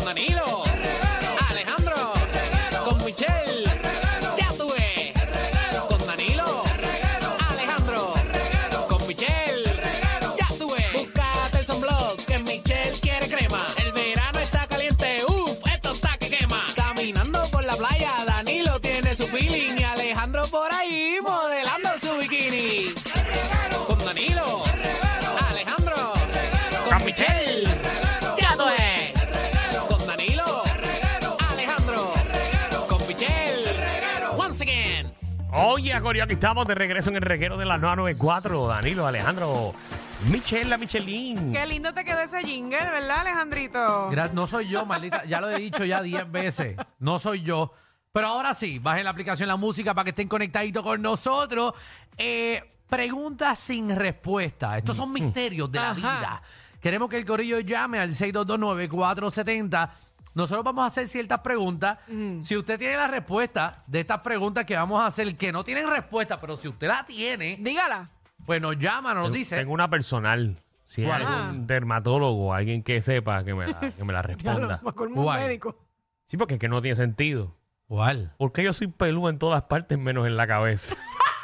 Con Danilo, Alejandro, con Michelle, ya tuve. Con Danilo, Alejandro, con Michelle, ya tuve. Búscate el sunblock que Michelle quiere crema. El verano está caliente, esto está que quema. Caminando por la playa, Danilo tiene su feeling y Alejandro por ahí modelando su bikini. Con Danilo, Alejandro, con Michelle, ya tuve. Con Danilo, Alejandro, con Michelle, once again. Oye, Corio, aquí estamos de regreso en el reguero de la 994. Danilo, Alejandro, Michelle, la Michelin. Qué lindo te quedó ese jingle, ¿verdad, Alejandrito? No soy yo, maldita. Ya lo he dicho ya 10 veces. No soy yo. Pero ahora sí, bajen la aplicación La Música para que estén conectaditos con nosotros. Preguntas sin respuesta. Estos son misterios de la vida. Queremos que el corillo llame al 6229470. Nosotros vamos a hacer ciertas preguntas. Si usted tiene la respuesta de estas preguntas que vamos a hacer, que no tienen respuesta, pero si usted la tiene, Dígala. pues nos llama, nos dice. Tengo una personal. Si hay ¿Cuál? algún dermatólogo, alguien que sepa que me la responda. Va con un Guay. médico. Sí, porque es que no tiene sentido. ¿Cuál? Porque yo soy pelú en todas partes menos en la cabeza.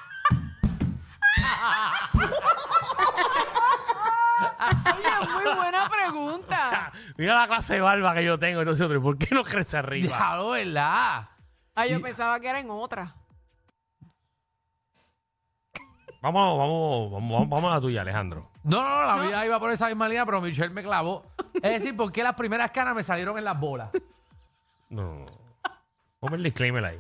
Oye, muy buena pregunta. Mira la clase de barba que yo tengo. Entonces, otro, ¿por qué no crece arriba? Diablo, ¿verdad? Ay, yo pensaba que era en otra. Vamos a la tuya, Alejandro. No, la mía iba por esa misma línea, pero Michelle me clavó. Es decir, ¿por qué las primeras canas me salieron en las bolas? No. Ponme el disclaimer ahí.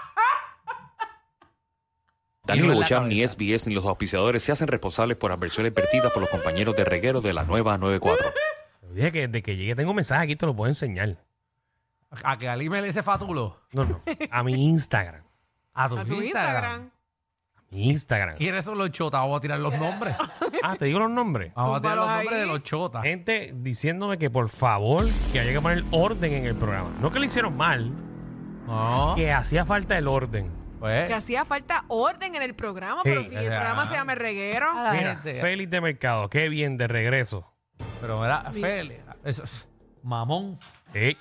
Danilo en la Bocham, ni cabeza. SBS ni los auspiciadores se hacen responsables por adversiones vertidas por los compañeros de reguero de la nueva 94. Dije que desde que llegué tengo un mensaje aquí, te lo puedo enseñar. A que Ali me le ese fatulo. No. A mi Instagram. A tu A tu Instagram. Mi Instagram. ¿Quiénes son los chotas? Vamos a tirar los nombres. Ah, te digo los nombres. Vamos a tirar los Zúmbalos nombres ahí. de los chotas. Gente diciéndome que por favor que haya que poner orden en el programa. No que lo hicieron mal, No. que hacía falta el orden. Pues, Que hacía falta orden en el programa, pero si el programa se llama El Reguero. a la Mira, gente. Félix de Mercado, qué bien de regreso. Pero mira, Feli, eso es mamón. Ey.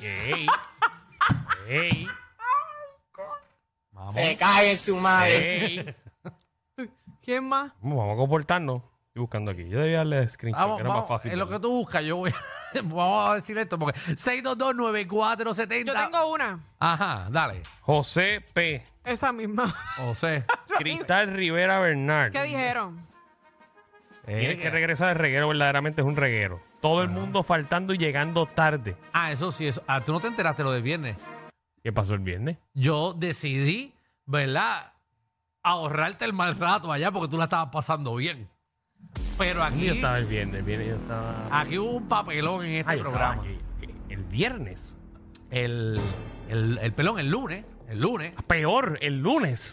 Mamón. cae en su madre. Ey. ¿Quién más? Vamos a comportarnos. Estoy buscando aquí. Yo debía darle screenshot, Vamos, que era más vamos, fácil. en lo que tú buscas, yo voy vamos a decir esto, porque 6229470. Yo tengo una. Ajá, dale. José P. Esa misma. José. Cristal Rivera Bernard. ¿Qué dijeron? Tienes que regresar al reguero, verdaderamente es un reguero. Todo el mundo faltando y llegando tarde. Eso sí, eso. Tú no te enteraste lo del viernes. ¿Qué pasó el viernes? Yo decidí, ¿verdad? Ahorrarte el mal rato allá porque tú la estabas pasando bien. Pero Yo aquí, estaba el viernes yo estaba... aquí hubo un papelón en este Yo estaba programa. aquí. El viernes. El pelón, el lunes. Peor, el lunes.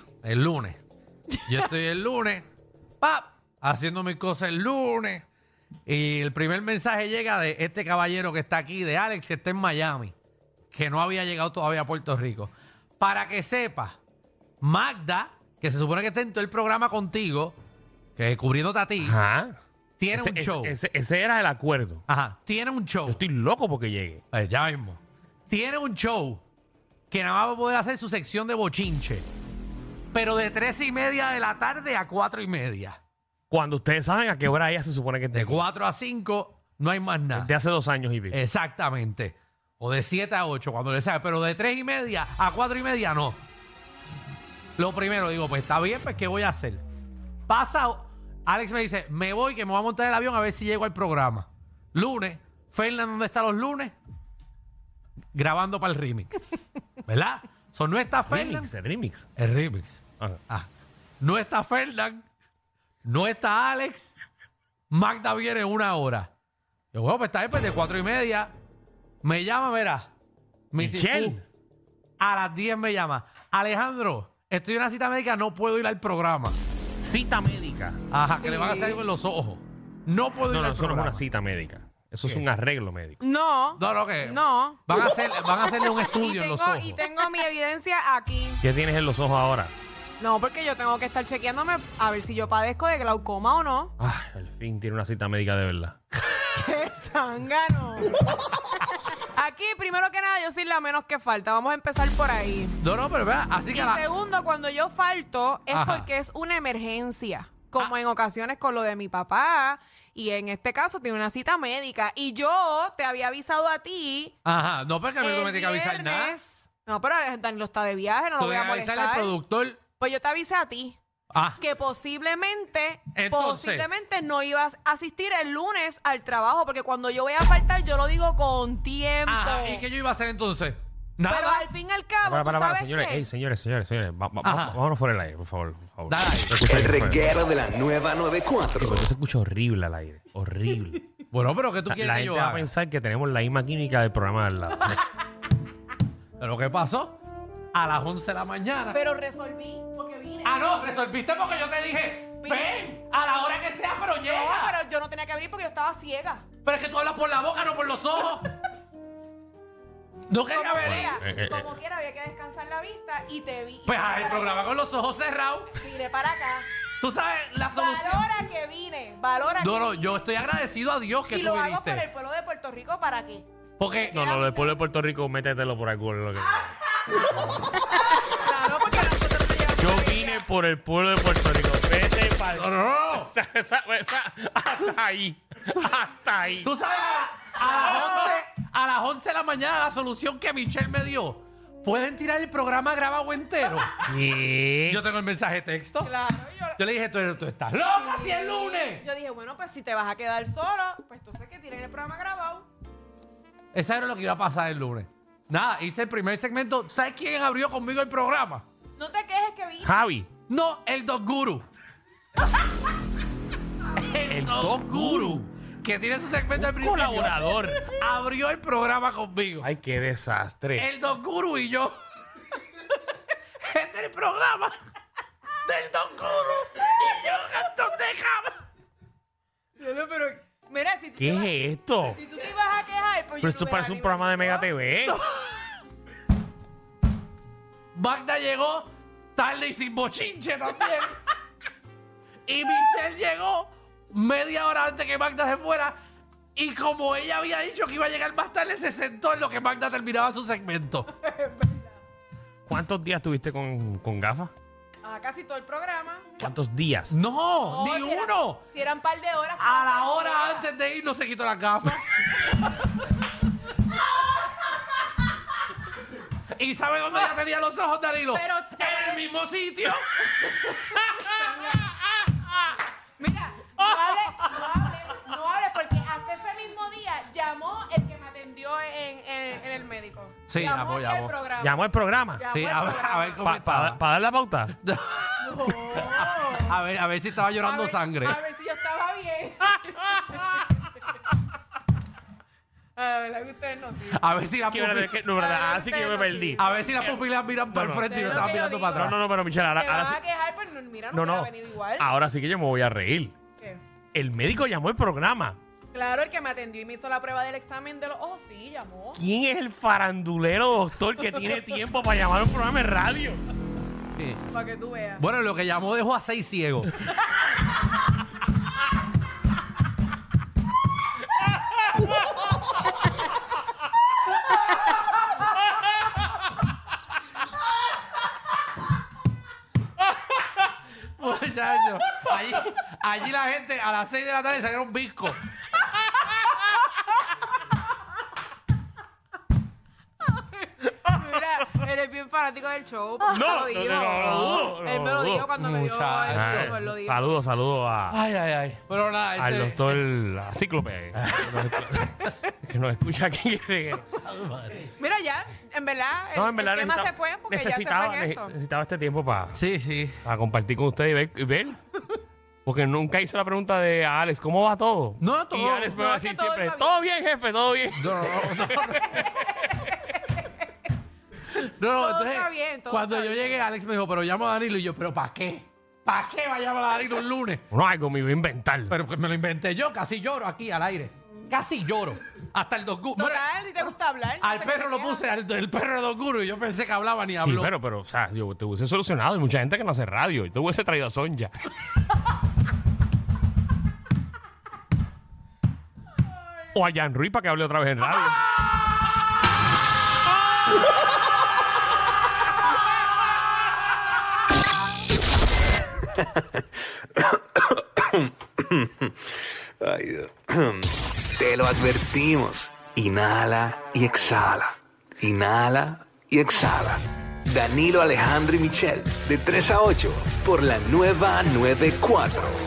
Yo estoy el lunes, haciendo mis cosas el lunes. Y el primer mensaje llega de este caballero que está aquí, de Alex, que está en Miami, que no había llegado todavía a Puerto Rico. Para que sepa, Magda, que se supone que está en todo el programa contigo, que cubriéndote a ti, Ajá. tiene un show. Ese era el acuerdo. Ajá, tiene un show. Yo estoy loco porque llegue. Ya mismo. Tiene un show que nada más va a poder hacer su sección de bochinche, pero de 3:30 de la tarde a 4:30. Cuando ustedes saben a qué hora ella se supone que esté De aquí. 4 a 5 no hay más nada. De hace 2 años y pico. Exactamente. O de 7 a 8, cuando le sabe. Pero de 3:30 a 4:30 no. Lo primero, digo, pues está bien, pues ¿qué voy a hacer? Pasa, Alex me dice, me voy, que me voy a montar el avión a ver si llego al programa. Lunes, Fernan, ¿dónde está los lunes? Grabando para el remix. ¿Verdad? No está Fernan. Remix. El remix. Ajá. No está Fernan. No está Alex. Magda viene en 1 hora. Yo, bueno, pues está ahí, pues de 4:30. Me llama, verá. Michelle. A las 10 me llama. Alejandro, estoy en una cita médica, no puedo ir al programa. Cita médica. Ajá, que Sí. le van a hacer algo en los ojos. No puedo ir No, al eso no es programa. una cita médica. Eso es ¿Qué? un arreglo médico. No. No, ¿qué? No. Van a hacerle un Y estudio en los ojos. tengo mi evidencia aquí. ¿Qué tienes en los ojos ahora? No, porque yo tengo que estar chequeándome a ver si yo padezco de glaucoma o no. Al fin tiene una cita médica de verdad. ¡Qué zángano! Aquí, primero que nada, yo soy la menos que falta. Vamos a empezar por ahí. No, pero vea, así que Y segundo, cuando yo falto es Ajá. porque es una emergencia. Como en ocasiones con lo de mi papá. Y en este caso tiene una cita médica. Y yo te había avisado a ti. Ajá, no, porque a mí no me el tiene que avisar nada. viernes. No, pero Danilo está de viaje, no lo Tú voy a tienes que avisarle molestar. al productor. Pues yo te avisé a ti. Ah, Que posiblemente Entonces. no ibas a asistir el lunes al trabajo, porque cuando yo voy a faltar, yo lo digo con tiempo. ajá. ¿Y qué yo iba a hacer entonces? Nada. Pero al fin y al cabo, ¿tú sabes señores. qué? Ey, señores. Ajá. Vámonos fuera del aire, por favor. Dale. Se escucha El bien fuera. reguero de la nueva 94. Porque se escucha horrible al aire. Horrible. Bueno, pero ¿qué tú quieres La que gente yo va a haga? pensar que tenemos la misma química del programa de al lado. ¿Pero qué pasó? A las 11 de la mañana. Pero resolví, porque vine. Ah, no, resolviste porque yo te dije, ven, a la hora que sea, pero No, llega. pero yo no tenía que venir porque yo estaba ciega. Pero es que tú hablas por la boca, no por los ojos. No quería venir. Como quiera, había que descansar la vista y te vi. Pues haz el programa con los ojos cerrados. Vine para acá. Tú sabes la solución. Valora que vine. Valora No, que no, vine. yo estoy agradecido a Dios que Y tú lo hago por el viniste. pueblo de Puerto Rico, ¿para qué? Porque No, del pueblo de Puerto Rico, métetelo por algún lo que... Claro, porque nosotros no llevamos Yo la vine idea. por el pueblo de Puerto Rico. Vete para No, no, no. hasta ahí. Hasta ahí. Tú sabes a las 11 de la mañana la solución que Michelle me dio. ¿Pueden tirar el programa grabado entero? ¿Qué? Yo tengo el mensaje de texto. Claro, Yo le dije, tú estás loca si es lunes. Yo dije, bueno, pues si te vas a quedar solo, pues entonces que tiren el programa grabado. Eso era lo que iba a pasar el lunes. Nada, hice el primer segmento. ¿Sabes quién abrió conmigo el programa? No te quejes que vine. Javi. No, el Dog Guru. El Dog Guru. Que tiene su segmento al principio. Colaborador. Abrió el programa conmigo. Ay, qué desastre. El Dog Guru y yo. Este es el programa del Dog Guru y yo cantón de cama. Pero, mira, si tú, ¿Qué te vas, es esto? si tú te ibas a quejar, pues Pero yo esto no parece un programa de Mega TV. Magda llegó tarde y sin bochinche también. Y Michelle llegó media hora antes que Magda se fuera. Y como ella había dicho que iba a llegar más tarde, se sentó en lo que Magda terminaba su segmento. ¿Cuántos días tuviste con gafas? Casi todo el programa. ¿Cuántos días? No, ni si era- uno. Si eran un par de horas. A la pues, hora era. antes de ir no se quitó las gafas. ¿Y sabe dónde ella tenía los ojos, Danilo? Pero- en el mismo sitio. Mira, no hables, porque hasta ese mismo día llamó el que me atendió en el médico. Sí, llamó. El programa. Llamó el programa. Llamó Sí, el a ver programa. cómo estaba. Para dar la pauta. A ver si estaba llorando A ver- sangre. A ver si yo estaba bien. La verdad que ustedes no sirven. A ver si la Que verdad, pupila, no, verdad, Claro, así que yo me ustedes no perdí. a ver si las pupilas miran para el no. frente y no Pero estaban lo que yo mirando para digo- atrás. No, pero Michelle, Se ahora van sí. a quejar, pues mira, no, No, hubiera no. venido igual. Ahora sí que yo me voy a reír. ¿Qué? El médico llamó el programa. Claro, el que me atendió y me hizo la prueba del examen de los ojos, sí, llamó. ¿Quién es el farandulero doctor que tiene tiempo para llamar a un programa de radio? Sí. Para que tú veas. Bueno, lo que llamó dejó a 6 ciegos. Muchachos, allí la gente a las 6 de la tarde salieron bizco. Mira, eres bien fanático del show. No, No, lo dijo. no, Él me lo no, dijo cuando me vio muchacho. el show, él lo dijo. Saludos a, Ay. Pero nada, ese... al doctor Cíclope. Que nos escucha aquí. Mira, ya, en verdad, No, en verdad el tema necesitaba- se fue porque ya se fue en esto. necesitaba este tiempo para Sí. compartir con ustedes y ver. Porque nunca hice la pregunta de a Alex, ¿cómo va todo? No, todo- Y Alex me va a es que decir todo siempre, iba bien. todo bien, jefe, todo bien. No, Todo entonces, está bien, todo cuando está yo bien. llegué, Alex me dijo, pero llamo a Danilo. Y yo, ¿pero para qué? ¿Para qué va a llamar a Danilo un lunes? No, algo me iba a inventar. Pero pues me lo inventé yo, casi lloro aquí al aire. Casi lloro. Hasta el Don Guru. Total, ¿y te gusta hablar? Al No sé perro qué lo te puse, el perro de Don Guru, y yo pensé que hablaba ni Sí, habló. pero, o sea, yo te hubiese solucionado. Hay mucha gente que no hace radio. Y te hubiese traído a Sonja. O a Jan Ruiz para que hable otra vez en radio. Ay, Dios. Te lo advertimos. Inhala y exhala. Inhala y exhala. Danilo Alejandro y Michel, de 3 a 8, por la nueva 94.